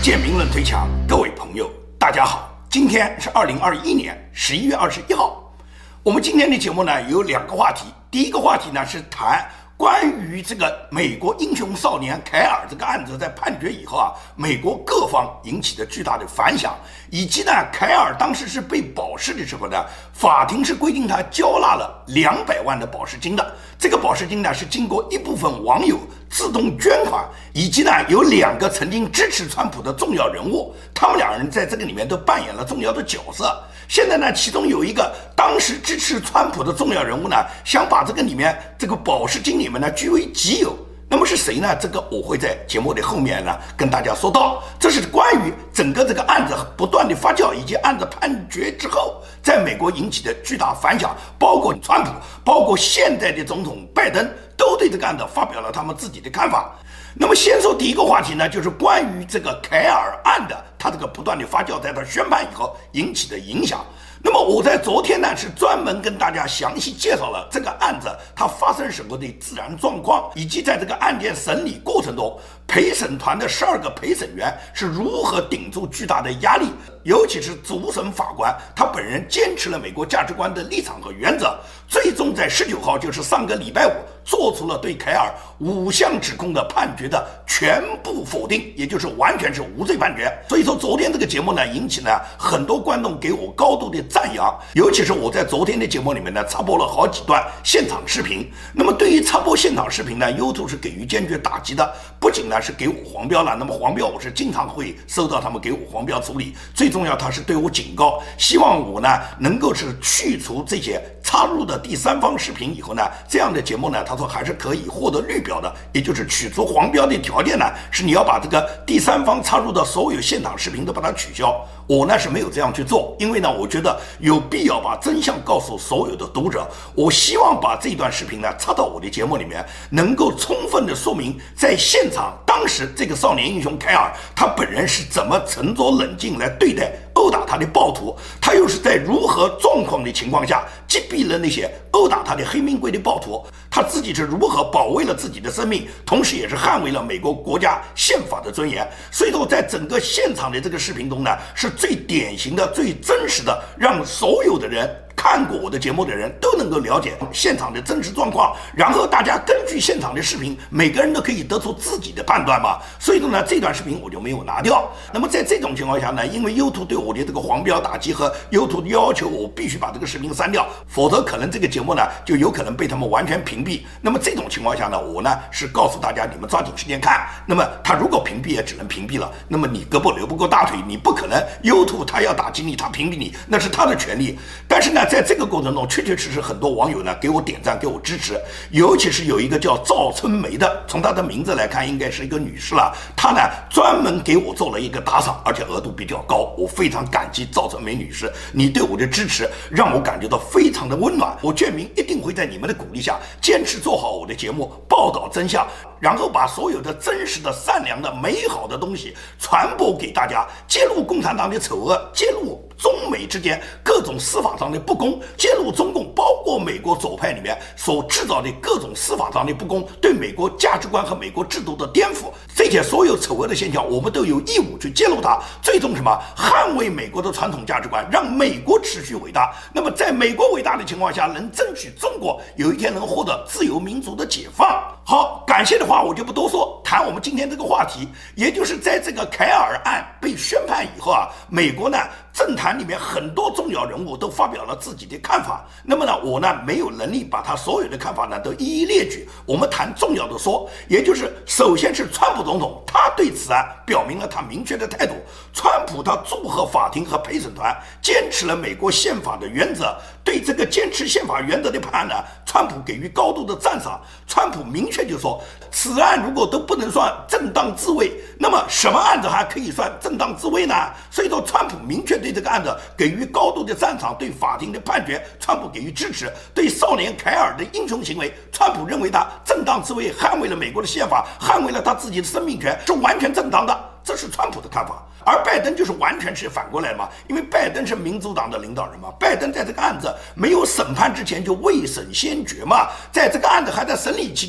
建民论推墙，各位朋友，大家好，今天是2021年11月21号。我们今天的节目呢有两个话题，第一个话题呢是谈关于这个美国英雄少年凯尔这个案子在判决以后啊，美国各方引起的巨大的反响，以及呢凯尔当时是被保释的时候呢，法庭是规定他交纳了200万的保释金的。这个保释金呢是经过一部分网友自动捐款，以及呢有2个曾经支持川普的重要人物，他们2人在这个里面都扮演了重要的角色。现在呢，其中有一个当时支持川普的重要人物呢，想把这个里面这个保释金里面呢据为己有。那么是谁呢？这个我会在节目的后面呢跟大家说到。这是关于整个这个案子不断的发酵，以及案子判决之后在美国引起的巨大反响，包括川普，包括现在的总统拜登都对这个案子发表了他们自己的看法。那么先说第一个话题呢，就是关于这个凯尔案的它这个不断的发酵，在它宣判以后引起的影响。那么我在昨天呢是专门跟大家详细介绍了这个案子它发生什么的自然状况，以及在这个案件审理过程中陪审团的12个陪审员是如何顶住巨大的压力，尤其是主审法官他本人坚持了美国价值观的立场和原则，最终在19号，就是上个礼拜五，做出了对凯尔5项指控的判决的全部否定，也就是完全是无罪判决。所以说昨天这个节目呢引起了很多观众给我高度的赞扬，尤其是我在昨天的节目里面呢插播了好几段现场视频。那么对于插播现场视频呢 YouTube 是给予坚决打击的，不仅呢是给我黄标了，那么黄标我是经常会收到他们给我黄标处理，最重要他是对我警告，希望我呢能够是去除这些插入的第三方视频以后呢，这样的节目呢他说还是可以获得绿标的，也就是取除黄标的条件呢是你要把这个第三方插入的所有现场视频都把它取消。我呢是没有这样去做，因为呢我觉得有必要把真相告诉所有的读者。我希望把这段视频呢插到我的节目里面，能够充分的说明在现场当时这个少年英雄凯尔他本人是怎么沉着冷静来对待殴打他的暴徒，他又是在如何状况的情况下击毙了那些殴打他的黑名贵的暴徒，他自己是如何保卫了自己的生命，同时也是捍卫了美国国家宪法的尊严。所以说在整个现场的这个视频中呢，是最典型的最真实的，让所有的人看过我的节目的人都能够了解现场的真实状况，然后大家根据现场的视频，每个人都可以得出自己的判断嘛。所以说呢，这段视频我就没有拿掉。那么在这种情况下呢，因为 YouTube 对我的这个黄标打击和 YouTube 的要求，我必须把这个视频删掉，否则可能这个节目呢就有可能被他们完全屏蔽。那么这种情况下呢，我呢是告诉大家，你们抓紧时间看。那么他如果屏蔽也只能屏蔽了，那么你胳膊留不过大腿，你不可能 YouTube 他要打击你，他屏蔽你，那是他的权利。但是呢，在这个过程中，确确实实很多网友呢给我点赞，给我支持，尤其是有一个叫赵春梅的，从她的名字来看，应该是一个女士了。她呢专门给我做了一个打赏，而且额度比较高，我非常感激赵春梅女士，你对我的支持让我感觉到非常的温暖。我建民一定会在你们的鼓励下，坚持做好我的节目，报道真相，然后把所有的真实的、善良的、美好的东西传播给大家，揭露共产党的丑恶，揭露中美之间各种司法上的不公，揭露中共包括美国左派里面所制造的各种司法上的不公，对美国价值观和美国制度的颠覆，这些所有丑恶的现象，我们都有义务去揭露它。最终什么？捍卫美国的传统价值观，让美国持续伟大。那么在美国伟大的情况下，能争取中国有一天能获得自由民主的解放。好，感谢的话我就不多说，谈我们今天这个话题，也就是在这个凯尔案被宣判以后啊，美国呢政坛里面很多重要人物都发表了自己的看法。那么呢，我呢没有能力把他所有的看法呢都一一列举，我们谈重要的说，也就是首先是川普总统，他对此案表明了他明确的态度。川普他祝贺法庭和陪审团坚持了美国宪法的原则，对这个坚持宪法原则的判案呢，川普给予高度的赞赏。川普明确就说，此案如果都不能算正当自卫，那么什么案子还可以算正当自卫呢？所以说川普明确对这个案子给予高度的赞赏，对法庭的判决川普给予支持，对少年凯尔的英雄行为，川普认为他正当自卫，捍卫了美国的宪法，捍卫了他自己的生命权，是完全正当的，这是川普的看法。而拜登就是完全是反过来嘛，因为拜登是民主党的领导人嘛，拜登在这个案子没有审判之前就未审先决嘛，在这个案子还在审理期间，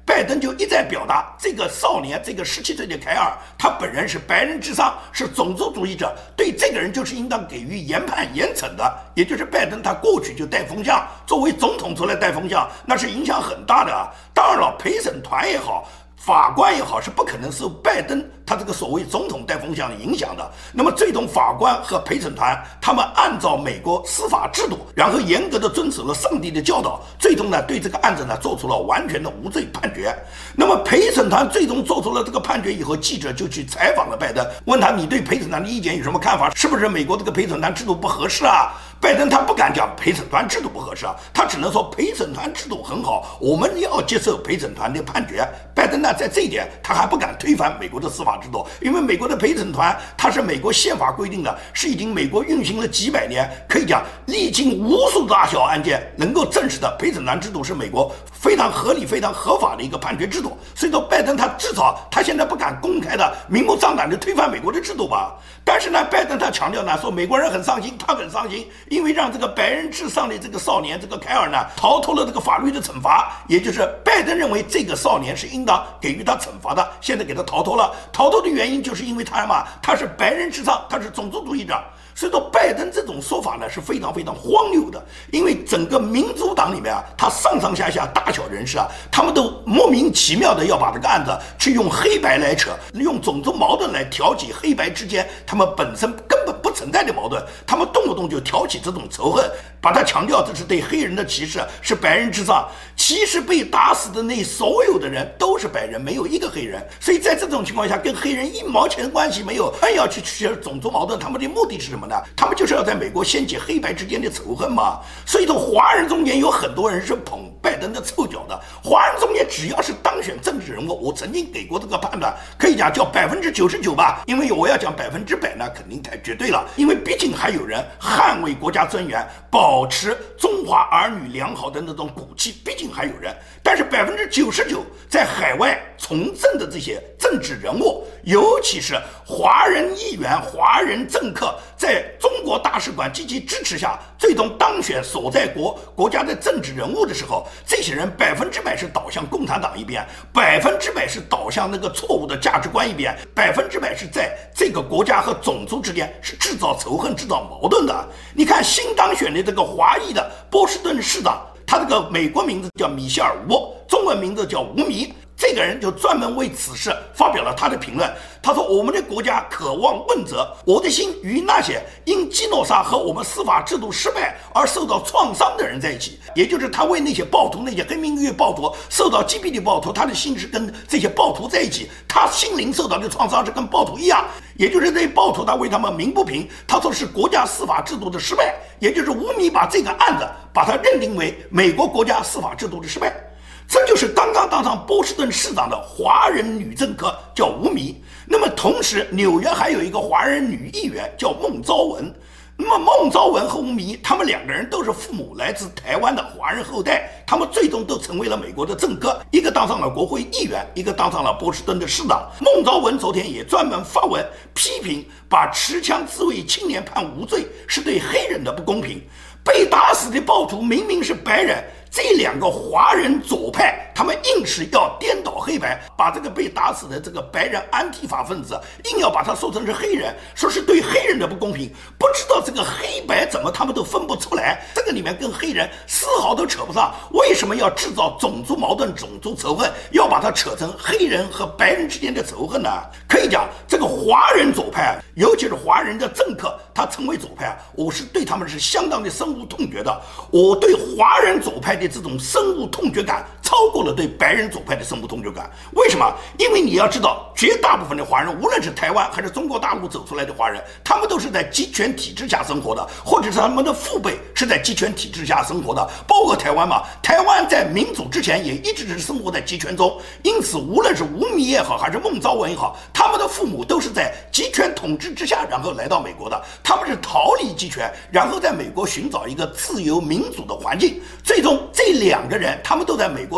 拜登就一再表达，这个少年，这个17岁的凯尔，他本人是白人至上，是种族主义者，对这个人就是应当给予严判严惩的。也就是拜登他过去就带风向，作为总统出来带风向，那是影响很大的啊。当然了，陪审团也好，法官也好，是不可能受拜登他这个所谓总统带风向影响的。那么最终法官和陪审团他们按照美国司法制度，然后严格的遵守了上帝的教导，最终呢对这个案子呢做出了完全的无罪判决。那么陪审团最终做出了这个判决以后，记者就去采访了拜登，问他你对陪审团的意见有什么看法？是不是美国这个陪审团制度不合适啊？拜登他不敢讲陪审团制度不合适啊，他只能说陪审团制度很好，我们要接受陪审团的判决。拜登呢在这一点他还不敢推翻美国的司法制度，因为美国的陪审团它是美国宪法规定的，是已经美国运行了几百年，可以讲历经无数大小案件能够证实的陪审团制度是美国非常合理非常合法的一个判决制度。所以说拜登他至少他现在不敢公开的明目张胆的推翻美国的制度吧。但是呢拜登他强调呢说美国人很伤心，他很伤心，因为让这个白人至上的这个少年这个凯尔呢逃脱了这个法律的惩罚，也就是拜登认为这个少年是应当给予他惩罚的，现在给他逃脱了。逃脱的原因就是因为他是白人至上，他是种族主义者。所以说拜登这种说法呢是非常非常荒谬的，因为整个民主党里面啊，他上上下下大小人士啊，他们都莫名其妙的要把这个案子去用黑白来扯，用种族矛盾来挑起黑白之间他们本身根本不存在的矛盾，他们动不动就挑起这种仇恨，把它强调这是对黑人的歧视，是白人至上。其实被打死的那所有的人都是白人，没有一个黑人，所以在这种情况下跟黑人一毛钱关系没有，还要去取消种族矛盾，他们的目的是什么呢？他们就是要在美国掀起黑白之间的仇恨嘛。所以说华人中间有很多人是捧拜登的臭脚的，华人中间只要是当选政治人物，我曾经给过这个判断，可以讲叫99%吧，因为我要讲100%呢肯定太绝对了，因为毕竟还有人捍卫国家尊严，保持中华儿女良好的那种骨气，毕竟还有人。但是99%在海外从政的这些政治人物，尤其是华人议员、华人政客，在中国大使馆积极支持下，最终当选所在国家的政治人物的时候，这些人100%是倒向共产党一边，100%是倒向那个错误的价值观一边，100%是在这个国家和种族之间是制造仇恨、制造矛盾的。你看新当选的这个华裔的波士顿市长，他这个美国名字叫米歇尔·吴，中文名字叫吴迷。这个人就专门为此事发表了他的评论。他说：“我们的国家渴望问责，我的心与那些因基诺沙和我们司法制度失败而受到创伤的人在一起。”也就是他为那些暴徒、那些黑名月暴徒受到击毙的暴徒，他的心是跟这些暴徒在一起，他心灵受到的创伤是跟暴徒一样。也就是这些暴徒，他为他们鸣不平。他说是国家司法制度的失败，也就是吴迷把这个案子把它认定为美国国家司法制度的失败。这就是刚刚当上波士顿市长的华人女政客，叫吴迷。那么同时，纽约还有一个华人女议员叫孟昭文。那么孟昭文和吴迷，他们两个人都是父母来自台湾的华人后代，他们最终都成为了美国的政客，一个当上了国会议员，一个当上了波士顿的市长。孟昭文昨天也专门发文批评，把持枪自卫青年判无罪是对黑人的不公平。被打死的暴徒明明是白人，这两个华人左派，他们硬是要颠倒黑白，把这个被打死的这个白人安提法分子硬要把他说成是黑人，说是对黑人的不公平。不知道这个黑白怎么他们都分不出来，这个里面跟黑人丝毫都扯不上。为什么要制造种族矛盾、种族仇恨，要把它扯成黑人和白人之间的仇恨呢？可以讲，这个华人左派，尤其是华人的政客，他成为左派，我是对他们是相当的深恶痛绝的。我对华人左派的这种深恶痛绝感超过了对白人左派的深恶痛绝感。为什么？因为你要知道，绝大部分的华人，无论是台湾还是中国大陆走出来的华人，他们都是在集权体制下生活的，或者是他们的父辈是在集权体制下生活的，包括台湾嘛。台湾在民主之前也一直是生活在集权中，因此无论是吴迷也好，还是孟昭文也好，他们的父母都是在集权统治之下，然后来到美国的。他们是逃离集权，然后在美国寻找一个自由民主的环境。最终这两个人他们都在美国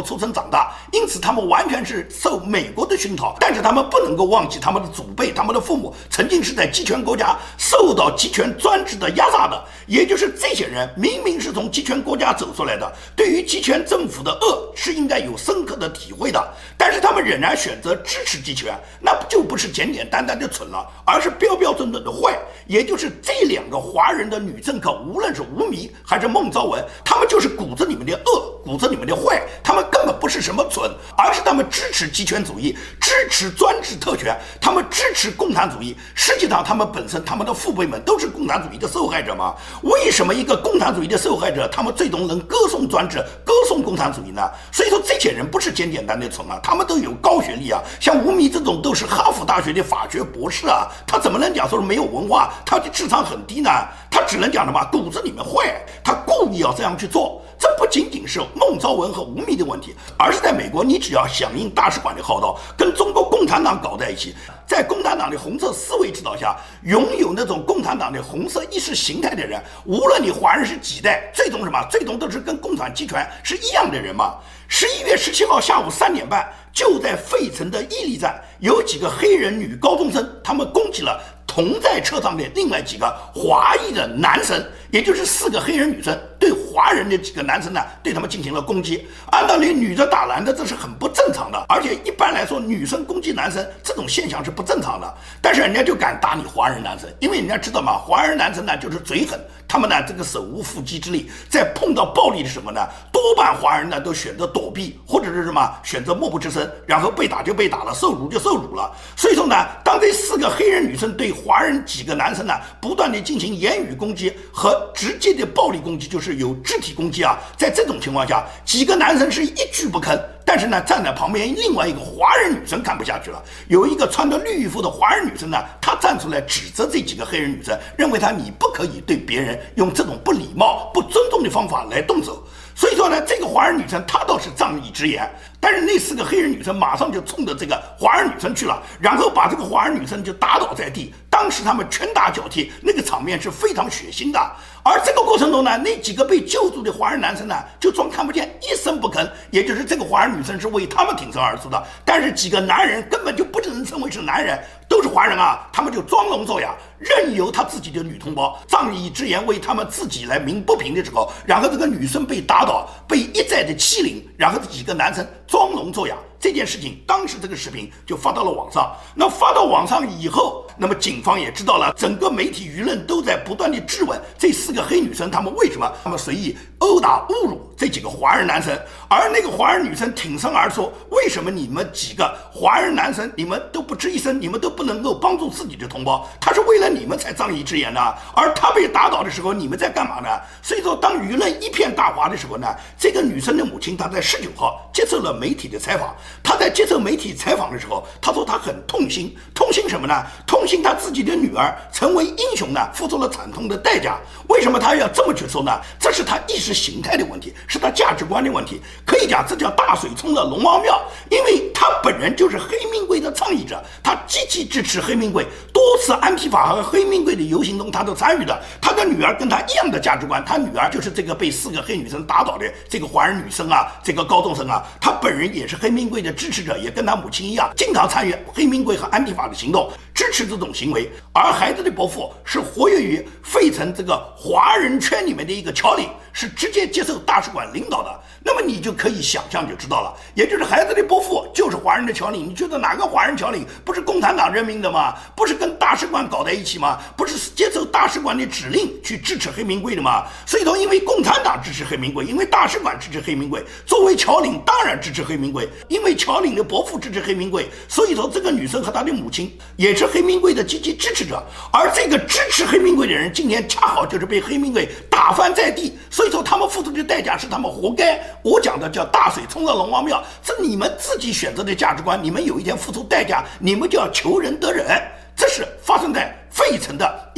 出生长大，因此他们完全是受美国的熏陶。但是他们不能够忘记他们的祖辈、他们的父母曾经是在集权国家受到集权专制的压榨的，也就是这些人明明是从集权国家走出来的，对于集权政府的恶是应该有深刻的体会的，但是他们仍然选择支持集权，那就不是简简单单的蠢了，而是标标准准的坏。也就是这两个华人的女政客，无论是吴宓还是孟昭文，他们就是骨子里面的恶，骨子里面的坏，他们根本不是什么蠢，而是他们支持集权主义，支持专制特权，他们支持共产主义。实际上他们本身他们的父辈们都是共产主义的受害者吗？为什么一个共产主义的受害者他们最终能歌颂专制，歌颂共产主义呢？所以说这些人不是简简单单的蠢啊，他们都有高学历啊，像吴宓这种都是哈佛大学的法学博士啊，他怎么能讲说是没有文化，他的智商很低呢？他只能讲什么骨子里面坏，他故意要这样去做。这不仅仅是孟昭文和吴宓的问题，而是在美国，你只要响应大使馆的号召，跟中国共产党搞在一起，在共产党的红色思维指导下，拥有那种共产党的红色意识形态的人，无论你华人是几代，最终什么？最终都是跟共产集权是一样的人嘛。11月17号下午3点半，就在费城的伊犁站，有几个黑人女高中生，他们攻击了同在车上的另外几个华裔的男生，也就是4个黑人女生，对华人的几个男生呢，对他们进行了攻击。按道理女的打男的这是很不正常的，而且一般来说女生攻击男生这种现象是不正常的，但是人家就敢打你华人男生，因为人家知道嘛，华人男生呢就是嘴狠，他们呢这个手无缚鸡之力，在碰到暴力的时候呢，多半华人呢都选择躲避，或者是什么选择默不吱声，然后被打就被打了，受辱就受辱了。所以说呢，当这4个黑人女生对华人几个男生呢不断的进行言语攻击和直接的暴力攻击，就是有肢体攻击啊，在这种情况下，几个男生是一句不吭。但是呢，站在旁边另外一个华人女生看不下去了，有一个穿着绿衣服的华人女生呢，她站出来指责这几个黑人女生，认为你不可以对别人用这种不礼貌、不尊重的方法来动手。所以说呢，这个华人女生她倒是仗义直言，但是那4个黑人女生马上就冲着这个华人女生去了，然后把这个华人女生就打倒在地。当时他们拳打脚踢，那个场面是非常血腥的。而这个过程中呢，那几个被救助的华人男生呢，就装看不见，一声不吭。也就是这个华人女生是为他们挺身而出的，但是几个男人根本就不能称为是男人，都是华人啊，他们就装聋作哑，任由他自己的女同胞仗义直言为他们自己来鸣不平的时候，然后这个女生被打倒，被一再的欺凌，然后这几个男生装聋作哑。这件事情当时这个视频就发到了网上，那发到网上以后，那么警方也知道了，整个媒体舆论都在不断的质问这4个黑女生，她们为什么随意殴打侮辱这几个华人男生，而那个华人女生挺身而出，为什么你们几个华人男生你们都不吱一声，你们都不能够帮助自己的同胞，他是为了你们才仗义直言的，而他被打倒的时候你们在干嘛呢？所以说当舆论一片大哗的时候呢，这个女生的母亲她在19号接受了媒体的采访，她在接受媒体采访的时候，她说她很痛心，痛心什么呢？痛心她自己的女儿成为英雄呢，付出了惨痛的代价。为什么她要这么去说呢？这是她意识形态的问题，是她价值观的问题，可以讲这叫大水冲了龙王庙，因为她本人就是黑命贵的倡议者，她积极支持黑命贵，多次安提法和黑命贵的游行中她都参与的，她的女儿跟她一样的价值观，她女儿就是这个被4个黑女生打倒的这个华人女生啊，这个高中生啊，她本人也是黑命贵的支持者，也跟她母亲一样，经常参与黑命贵和安提法的行动，支持这种行为。而孩子的伯父是活跃于费城这个华人圈里面的一个侨领，是直接接受大使馆领导的。那么你就可以想象就知道了，也就是孩子的伯父就是华人的侨领。你觉得哪个华人侨领不是共产党任命的吗？不是跟大使馆搞在一起吗？不是接受大使馆的指令去支持黑命贵的吗？所以说，因为共产党支持黑命贵，因为大使馆支持黑命贵，作为侨领当然支持黑命贵，因为侨领的伯父支持黑命贵，所以说这个女生和她的母亲也是黑命贵的积极支持者。而这个支持黑命贵的人今天恰好就是被黑命贵打翻在地，所以说他们付出的代价是他们活该。我讲的叫大水冲了龙王庙，这你们自己选择的价值观，你们有一天付出代价，你们就要求人得忍。这是发生在费城的一个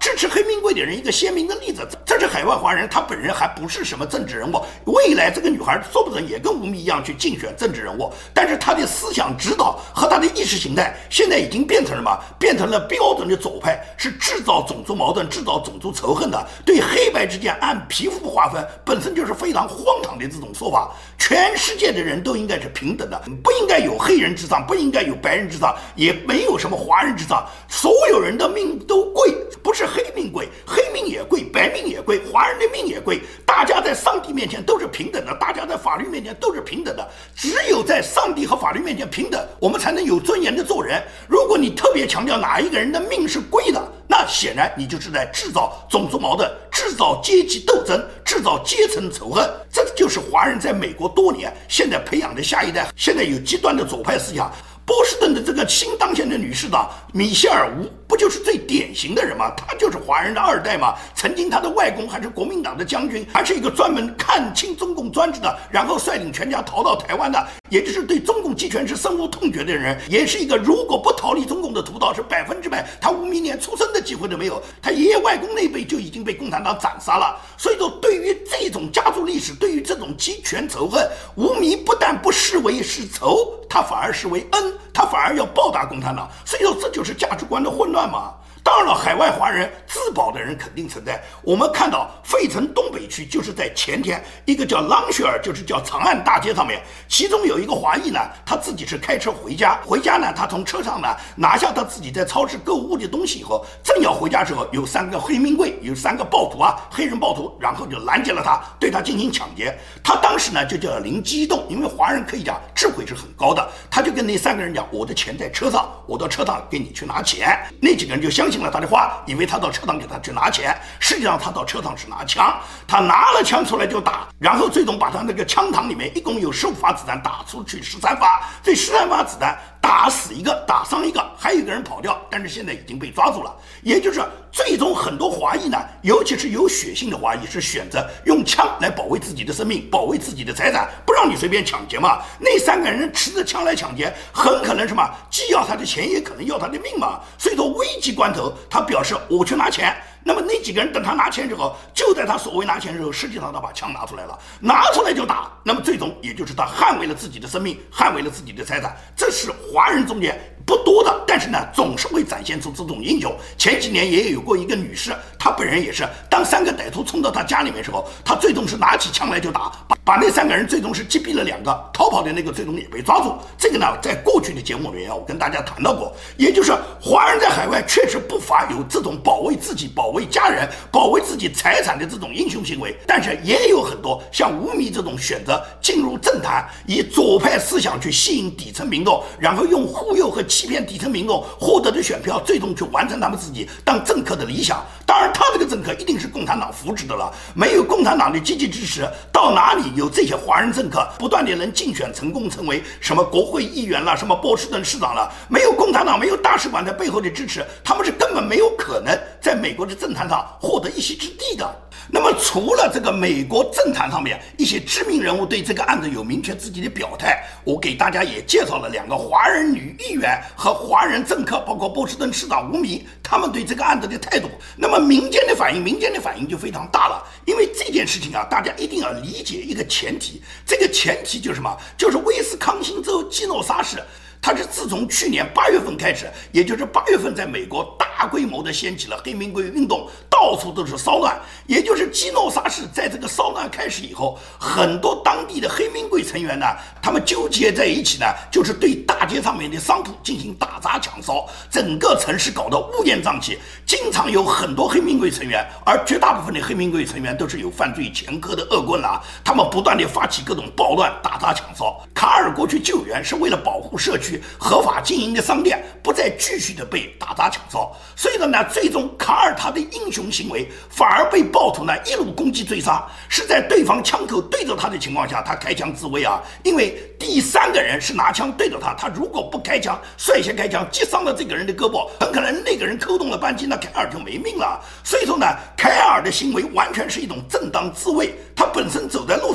支持黑名贵的人一个鲜明的例子。这是海外华人，他本人还不是什么政治人物，未来这个女孩说不准也跟吴宓一样去竞选政治人物，但是她的思想指导和她的意识形态现在已经变成了什么？变成了标准的左派，是制造种族矛盾、制造种族仇恨的，对黑白之间按皮肤划分，本身就是非常荒唐的这种说法。全世界的人都应该是平等的，不应该有黑人之上，不应该有白人之上，也没有什么华人之上，所有人的命都贵，不是黑命贵，黑命也贵，白命也贵，华人的命也贵。大家在上帝面前都是平等的，大家在法律面前都是平等的。只有在上帝和法律面前平等，我们才能有尊严的做人。如果你特别强调哪一个人的命是贵的，那显然你就是在制造种族矛盾，制造阶级斗争，制造阶层仇恨。这就是华人在美国多年现在培养的下一代，现在有极端的左派思想。波士顿的这个新当选的女市长米歇尔·吴不就是最典型的人吗？她就是华人的二代吗？曾经她的外公还是国民党的将军，还是一个专门看清中共专制的，然后率领全家逃到台湾的，也就是对中共集权是深恶痛绝的人，也是一个如果不逃离中共的屠刀是100%他吴宓连出生的机会都没有，他爷爷外公那辈就已经被共产党斩杀了。所以说，对于这种家族历史，对于这种集权仇恨，吴宓不但不视为是仇，他反而视为恩，他反而要报答共产党。所以说，这就是价值观的混乱嘛。当然了，海外华人自保的人肯定存在。我们看到费城东北区就是在前天，一个叫朗雪尔，就是叫长安大街上面，其中有一个华裔呢，他自己是开车回家呢，他从车上呢拿下他自己在超市购物的东西以后，正要回家的时候，有3个黑名贵，有3个暴徒啊，黑人暴徒，然后就拦截了他，对他进行抢劫。他当时呢就叫灵机一动，因为华人可以讲智慧是很高的，他就跟那3个人讲，我的钱在车上，我到车上给你去拿钱。那几个人就相信了他的话，以为他到车上给他去拿钱，实际上他到车上是拿枪，他拿了枪出来就打，然后最终把他那个枪膛里面一共有15发子弹打出去13发，这13发子弹打死一个，打伤一个，还有一个人跑掉，但是现在已经被抓住了。也就是最终很多华裔呢，尤其是有血性的华裔，是选择用枪来保卫自己的生命，保卫自己的财产，不让你随便抢劫嘛。那3个人持着枪来抢劫，很可能什么，既要他的钱，也可能要他的命嘛。所以说危急关头，他表示我去拿钱。那么那几个人等他拿钱之后，就在他所谓拿钱的时候，实际上他把枪拿出来了，拿出来就打。那么最终也就是他捍卫了自己的生命，捍卫了自己的财产。这是华人中间不多的，但是呢，总是会展现出这种英雄。前几年也有过一个女士，她本人也是，当3个歹徒冲到她家里面的时候，她最终是拿起枪来就打，把那3个人最终是击毙了2个，逃跑的那个最终也被抓住。这个呢，在过去的节目里面我跟大家谈到过，也就是华人在海外确实不乏有这种保卫自己、保卫家人、保卫自己财产的这种英雄行为，但是也有很多像吴宓这种选择进入政坛，以左派思想去吸引底层民众，然后用忽悠和欺骗底层民众获得的选票，最终去完成他们自己当政客的理想。当然，他这个政客一定是共产党扶持的了，没有共产党的积极支持，到哪里有这些华人政客不断的能竞选成功，成为什么国会议员了，什么波士顿市长了？没有共产党，没有大使馆在背后的支持，他们是根本没有可能在美国的政坛上获得一席之地的。那么除了这个美国政坛上面一些知名人物对这个案子有明确自己的表态，我给大家也介绍了2个华人女议员和华人政客，包括波士顿市长吴宓，他们对这个案子的态度。那么民间的反应就非常大了，因为这件事情啊，大家一定要理解一个前提，这个前提就是什么？就是威斯康星州基诺沙市。它是自从去年8月份开始，也就是8月份在美国大规模的掀起了黑名贵运动，到处都是骚乱。也就是基诺沙市在这个骚乱开始以后，很多当地的黑名贵成员呢，他们纠结在一起呢，就是对大街上面的商铺进行打砸抢烧，整个城市搞得乌烟瘴气，经常有很多黑名贵成员，而绝大部分的黑名贵成员都是有犯罪前科的恶棍啦，他们不断地发起各种暴乱，打砸抢烧。卡尔过去救援是为了保护社区合法经营的商店不再继续的被打砸抢烧，所以呢，最终卡尔他的英雄行为反而被暴徒呢一路攻击追杀，是在对方枪口对着他的情况下，他开枪自卫啊，因为第3个人是拿枪对着他，他如果不开枪，率先开枪击伤了这个人的胳膊，很可能那个人扣动了扳机，那凯尔就没命了。所以说呢，凯尔的行为完全是一种正当自卫，他本身走在路上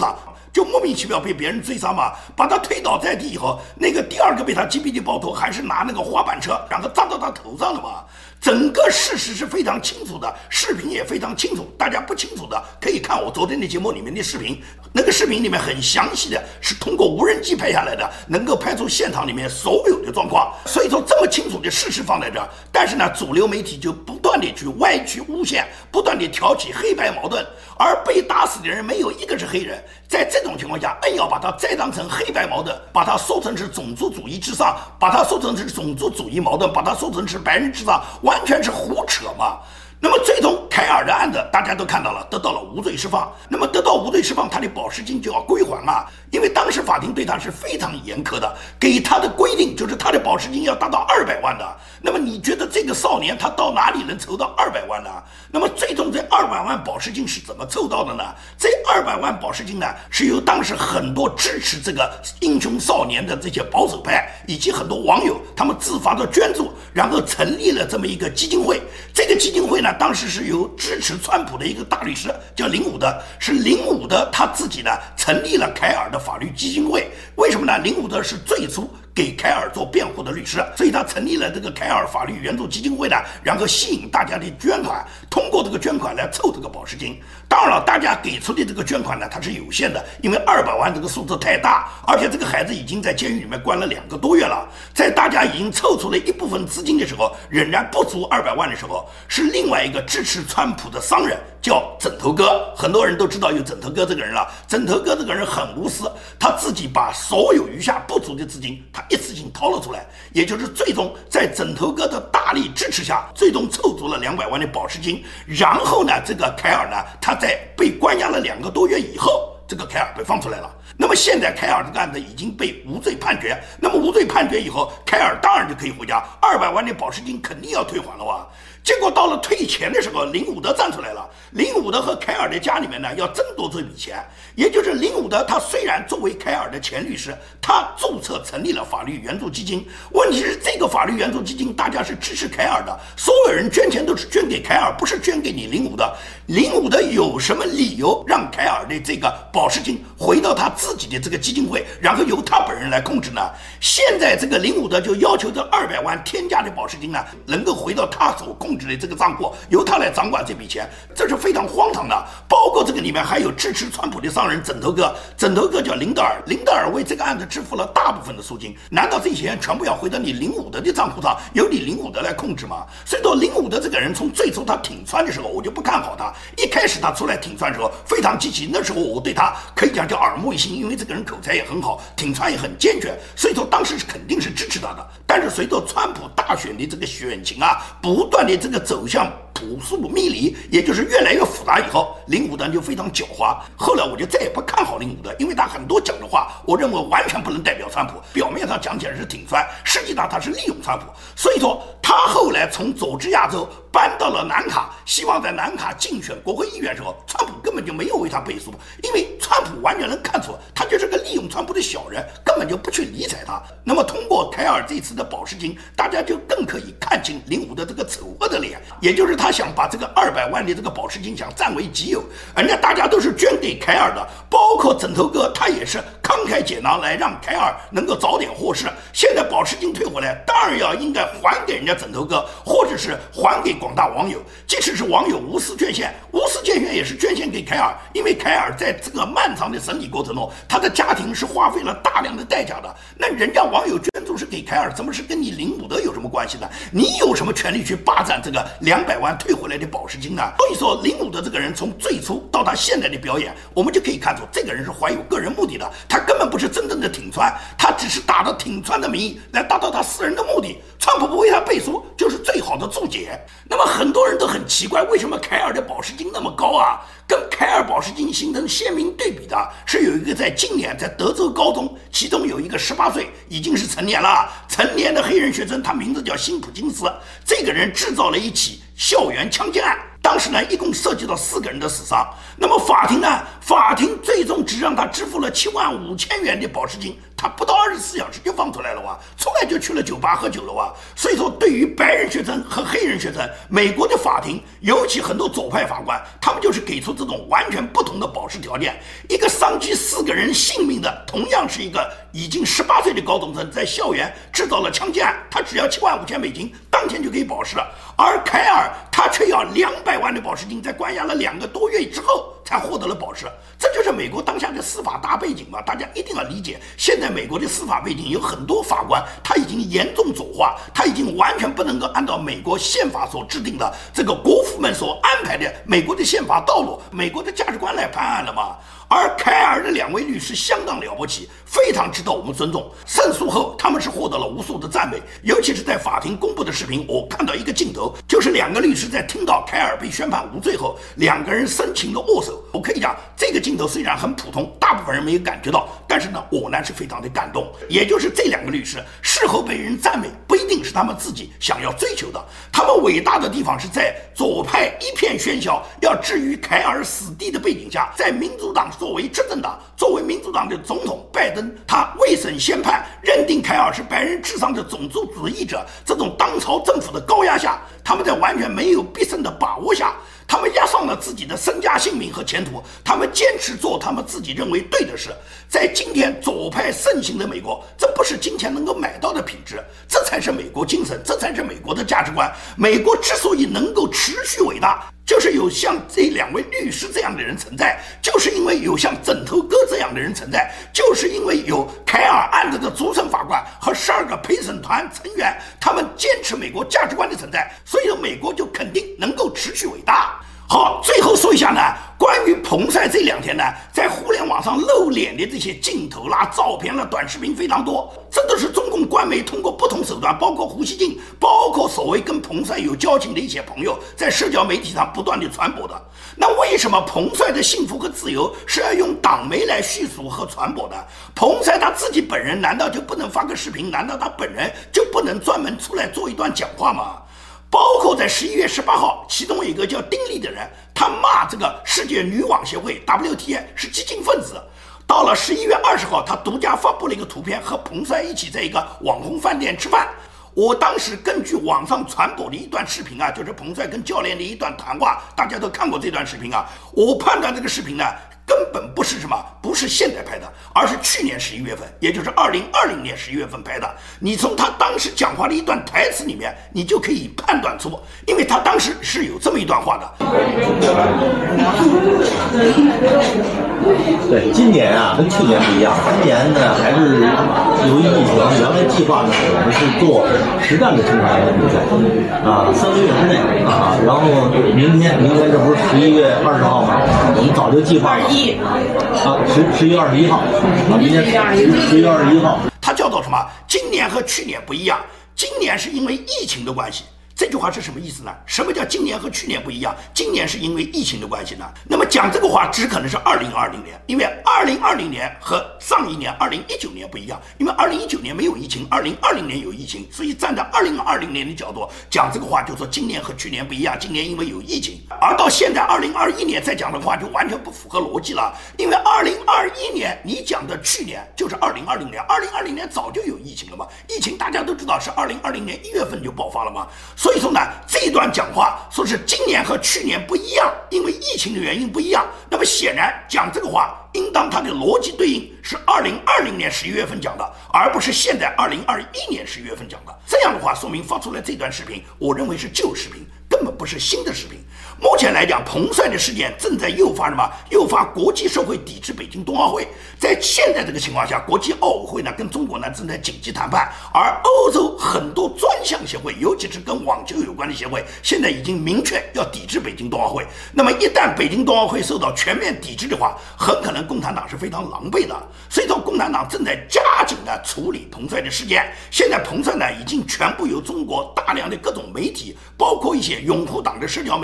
就莫名其妙被别人追杀嘛，把他推倒在地以后，那个第二个被他击毙的暴徒还是拿那个滑板车，然后砸到他头上了嘛。整个事实是非常清楚的，视频也非常清楚，大家不清楚的可以看我昨天的节目里面的视频，那个视频里面很详细的是通过无人机拍下来的，能够拍出现场里面所有的状况。所以说这么清楚的事实放在这儿，但是呢，主流媒体就不断的去歪曲诬陷，不断的挑起黑白矛盾，而被打死的人没有一个是黑人。在这种情况下，硬要把它栽赃成黑白矛盾，把它说成是种族主义至上，把它说成是种族主义矛盾，把它说成是白人至上，完全是胡扯嘛。那么最终凯尔的案子大家都看到了，得到了无罪释放。那么得到无罪释放，他的保释金就要归还啊，因为当时法庭对他是非常严苛的，给他的规定就是他的保释金要达到200万的。那么你觉得这个少年他到哪里能筹到200万呢？那么最终这200万保释金是怎么凑到的呢？这200万保释金呢，是由当时很多支持这个英雄少年的这些保守派以及很多网友他们自发的捐助，然后成立了这么一个基金会。这个基金会呢，当时是由支持川普的一个大律师叫林伍德，是林伍德他自己呢成立了凯尔的法律基金会。为什么呢？林伍德是最初给凯尔做辩护的律师，所以他成立了这个凯尔法律援助基金会呢，然后吸引大家的捐款，通过这个捐款来凑这个保释金。当然了，大家给出的这个捐款呢，它是有限的，因为200万这个数字太大，而且这个孩子已经在监狱里面关了2个多月了。在大家已经凑出了一部分资金的时候，仍然不足200万的时候，是另外一个支持川普的商人叫枕头哥。很多人都知道有枕头哥这个人了。枕头哥这个人很无私，他自己把所有余下不足的资金，他一次性掏了出来，也就是最终在枕头哥的大力支持下，最终凑足了200万的保释金。然后呢，这个凯尔呢，他在被关押了2个多月以后，这个凯尔被放出来了。那么现在凯尔这个案子已经被无罪判决，那么无罪判决以后，凯尔当然就可以回家，200万的保释金肯定要退还了哇。结果到了退钱的时候，林伍德站出来了。林伍德和凯尔的家里面呢要争夺这笔钱，也就是林伍德他虽然作为凯尔的前律师，他注册成立了法律援助基金。问题是这个法律援助基金大家是支持凯尔的，所有人捐钱都是捐给凯尔，不是捐给你林伍德。林伍德有什么理由让凯尔的这个保释金回到他自己的这个基金会，然后由他本人来控制呢？现在这个林伍德就要求这200万天价的保释金呢，能够回到他所控制的这个账户，由他来掌管这笔钱，这是非常荒唐的。包括这个里面还有支持川普的商人枕头哥，枕头哥叫林德尔，林德尔为这个案子支付了大部分的赎金。难道这些钱全部要回到你林伍德的账户上，由你林伍德来控制吗？所以说林伍德这个人从最初他挺川的时候，我就不看好他。一开始他出来挺川的时候非常积极，那时候我对他可以讲叫耳目一新，因为这个人口才也很好，挺川也很坚决，所以说当时是肯定是支持他的。但是随着川普大选的这个选情啊，不断的这个走向扑朔迷离，也就是越来越复杂以后，林伍德就非常狡猾。后来我就再也不看好林伍德，因为他很多讲的话，我认为完全不能代表川普。表面上讲起来是挺川，实际上他是利用川普。所以说他后来从佐治亚州搬到了南卡，希望在南卡竞选国会议员的时候，川普根本就没有为他背书，因为川普完全能看出他就是个利用川普的小人，根本就不去理睬他。那么通过凯尔这次的保释金，大家就更可以看清林伍德这个丑恶的脸，也就是他想把这个200万的这个保释金想占为己有，人家大家都是捐给凯尔的，包括枕头哥他也是慷慨解囊来让凯尔能够早点获释。现在保释金退回来，当然应该还给人家枕头哥，或者是还给广大网友。即使是网友无私捐献，无私捐献也是捐献给凯尔，因为凯尔在这个漫长的审理过程中，他的家庭是花费了大量的代价的。那人家网友捐助是给凯尔，怎么是跟你林伍德有什么关系呢？你有什么权利去霸占这个200万退回来的保释金呢？所以说林伍德这个人从最初到他现在的表演，我们就可以看出这个人是怀有个人目的的，他根本不是真正的挺川，他只是打着挺川的名义来达到他私人的目的。川普不为他背书，就是最好的注解。那么很多人都很奇怪，为什么凯尔的保释金那么高啊？跟凯尔保释金形成鲜明对比的是，有一个在今年在德州高中，其中有一个18岁，已经是成年了，成年的黑人学生，他名字叫辛普金斯。这个人制造了一起校园枪击案，当时呢，一共涉及到4个人的死伤。那么法庭最终只让他支付了7万5千元的保释金， 他不到24小时就放出来了哇，出来就去了酒吧喝酒了哇。所以说，对于白人学生和黑人学生，美国的法庭，尤其很多左派法官，他们就是给出这种完全不同的保释条件。一个伤及4个人性命的，同样是一个已经18岁的高中生，在校园制造了枪击案，他只要$75,000，当天就可以保释了。而凯尔他却要200万的保释金，在关押了2个多月之后才获得了保释。这就是美国当下的司法大背景嘛，大家一定要理解。现在美国的司法背景有很多法官，他已经严重左化，他已经完全不能够按照美国宪法所制定的这个国父们所安排的美国的宪法道路、美国的价值观来判案了嘛。而凯尔的2位律师相当了不起，非常值得我们尊重。胜诉后，他们是获得了无数的赞美，尤其是在法庭公布的视频，我看到一个镜头，就是2个律师在听到凯尔被宣判无罪后，2个人深情的握手。我可以讲，这个镜头虽然很普通，大部分人没有感觉到，但是呢，我呢是非常的感动。也就是这2个律师事后被人赞美，不一定是他们自己想要追求的。他们伟大的地方是在左派一片喧嚣要置于凯尔死地的背景下，在民主党作为执政党，作为民主党的总统拜登，他未审先判，认定凯尔是白人至上的种族主义者，这种当朝政府的高压下，他们在完全没有必胜的把握下，他们押上了自己的身家性命和前途，他们坚持做他们自己认为对的事。在今天左派盛行的美国，这不是金钱能够买到的品质，这才是美国精神，这才是美国的价值观。美国之所以能够持续伟大，就是有像这2位律师这样的人存在，就是因为有像枕头哥这样的人存在，就是因为有凯尔案子的主审法官和12个陪审团成员，他们坚持美国价值观的存在，所以说美国就肯定能够持续伟大。好，最后说一下呢，关于彭帅这2天呢，在互联网上露脸的这些镜头啦、照片啦、短视频非常多，这都是中共官媒通过不同手段，包括胡锡进，包括所谓跟彭帅有交情的一些朋友，在社交媒体上不断的传播的。那为什么彭帅的幸福和自由是要用党媒来叙述和传播的？彭帅他自己本人难道就不能发个视频？难道他本人就不能专门出来做一段讲话吗？包括在11月18号，其中有一个叫丁力的人，他骂这个世界女网协会 WTA 是激进分子。到了11月20号，他独家发布了一个图片，和彭帅一起在一个网红饭店吃饭。我当时根据网上传播的一段视频啊，就是彭帅跟教练的一段谈话，大家都看过这段视频啊。我判断这个视频呢，根本不是什么，不是现在拍的，而是去年11月份，也就是2020年11月份拍的。你从他当时讲话的一段台词里面，你就可以判断出，因为他当时是有这么一段话的。 对，今年啊跟去年不一样，今年呢还是由于疫情，原来计划呢我们是做实战的青少年比赛啊，3个月之内啊，然后明天这不是11月20号吗？我们早就计划了11月21号啊，明天11月21号。 它叫做什么？今年和去年不一样，今年是因为疫情的关系。这句话是什么意思呢？什么叫今年和去年不一样？今年是因为疫情的关系呢？那么讲这个话只可能是2020年，因为2020年和上一年2019年不一样，因为2019年没有疫情，2020年有疫情，所以站在2020年的角度讲这个话，就说今年和去年不一样，今年因为有疫情。而到现在2021年再讲的话，就完全不符合逻辑了，因为2021年你讲的去年就是2020年，2020年早就有疫情了嘛，疫情大家都知道是2020年1月份就爆发了嘛。所以说呢，这一段讲话说是今年和去年不一样，因为疫情的原因不一样。那么显然讲这个话，应当它的逻辑对应是2020年11月份讲的，而不是现在2021年11月份讲的。这样的话，说明发出来这段视频，我认为是旧视频，根本不是新的视频。目前来讲，彭帅的事件正在诱发什么？诱发国际社会抵制北京冬奥会。在现在这个情况下，国际奥委会呢跟中国呢正在紧急谈判，而欧洲很多专项协会，尤其是跟网球有关的协会，现在已经明确要抵制北京冬奥会。那么一旦北京冬奥会受到全面抵制的话，很可能共产党是非常狼狈的。所以说，共产党正在加紧的处理彭帅的事件。现在彭帅呢已经全部由中国大量的各种媒体，包括一些拥护党的社交媒体的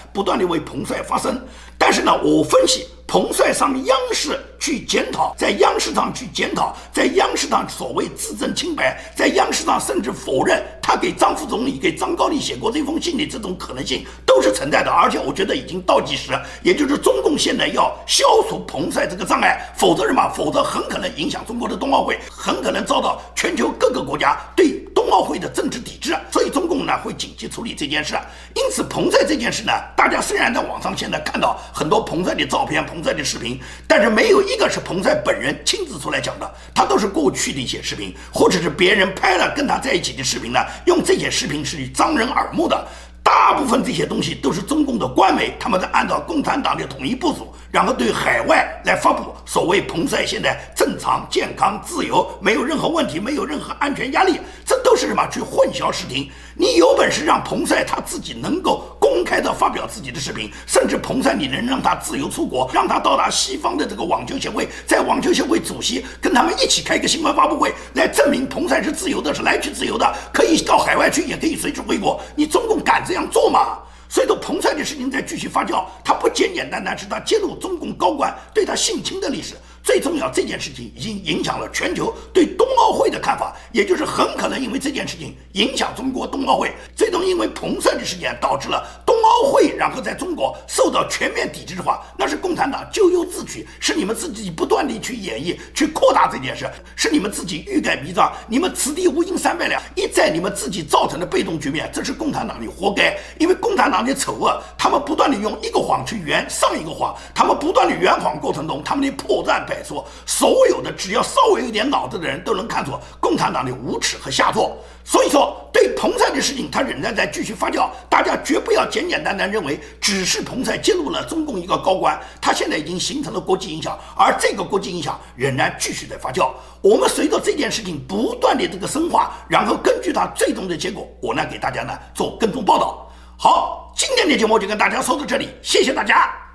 不断的为彭帅发声。但是呢，我分析彭帅上央视去检讨，在央视上去检讨，在央视上所谓自证清白，在央视上甚至否认他给张副总理、给张高丽写过这封信的这种可能性都是存在的，而且我觉得已经倒计时，也就是中共现在要消除彭帅这个障碍，否则什么？否则很可能影响中国的冬奥会，很可能遭到全球各个国家对冬奥会的政治抵制，所以中共呢会紧急处理这件事。因此，彭帅这件事呢，大家虽然在网上现在看到很多彭帅的照片、彭帅的视频，但是没有一个是彭帅本人亲自出来讲的，他都是过去的一些视频，或者是别人拍了跟他在一起的视频呢，用这些视频是张人耳目的。大部分这些东西都是中共的官媒，他们在按照共产党的统一部署，然后对海外来发布所谓彭帅现在正常、健康、自由，没有任何问题，没有任何安全压力，这都是什么？去混淆视听。你有本事让彭帅他自己能够公开的发表自己的视频，甚至彭帅你能让他自由出国，让他到达西方的这个网球协会，在网球协会主席跟他们一起开一个新闻发布会，来证明彭帅是自由的，是来去自由的，可以到海外去，也可以随时回国。你中共敢这样做吗？所以说彭帅的事情在继续发酵，他不简简单单是他揭露中共高官对他性侵的历史，最重要这件事情已经影响了全球对冬奥会的看法，也就是很可能因为这件事情影响中国冬奥会，最终因为彭帅的事件导致了冬奥会然后在中国受到全面抵制的话，那是共产党咎由自取，是你们自己不断地去演绎去扩大这件事，是你们自己欲盖弥彰，你们此地无银三百两，一再你们自己造成的被动局面，这是共产党的活该。因为共产党的丑恶，他们不断地用一个谎去圆上一个谎，他们不断地圆谎过程中，他们的破绽百出，所有的只要稍微有一点脑子的人都能看出共产党的无耻和下作。所以说，对彭帅的事情，他仍然在继续发酵，大家绝不要简简单单认为只是彭帅揭露了中共一个高官，他现在已经形成了国际影响，而这个国际影响仍然继续在发酵。我们随着这件事情不断的这个深化，然后根据它最终的结果，我呢给大家呢做跟踪报道。好，今天的节目就跟大家说到这里，谢谢大家。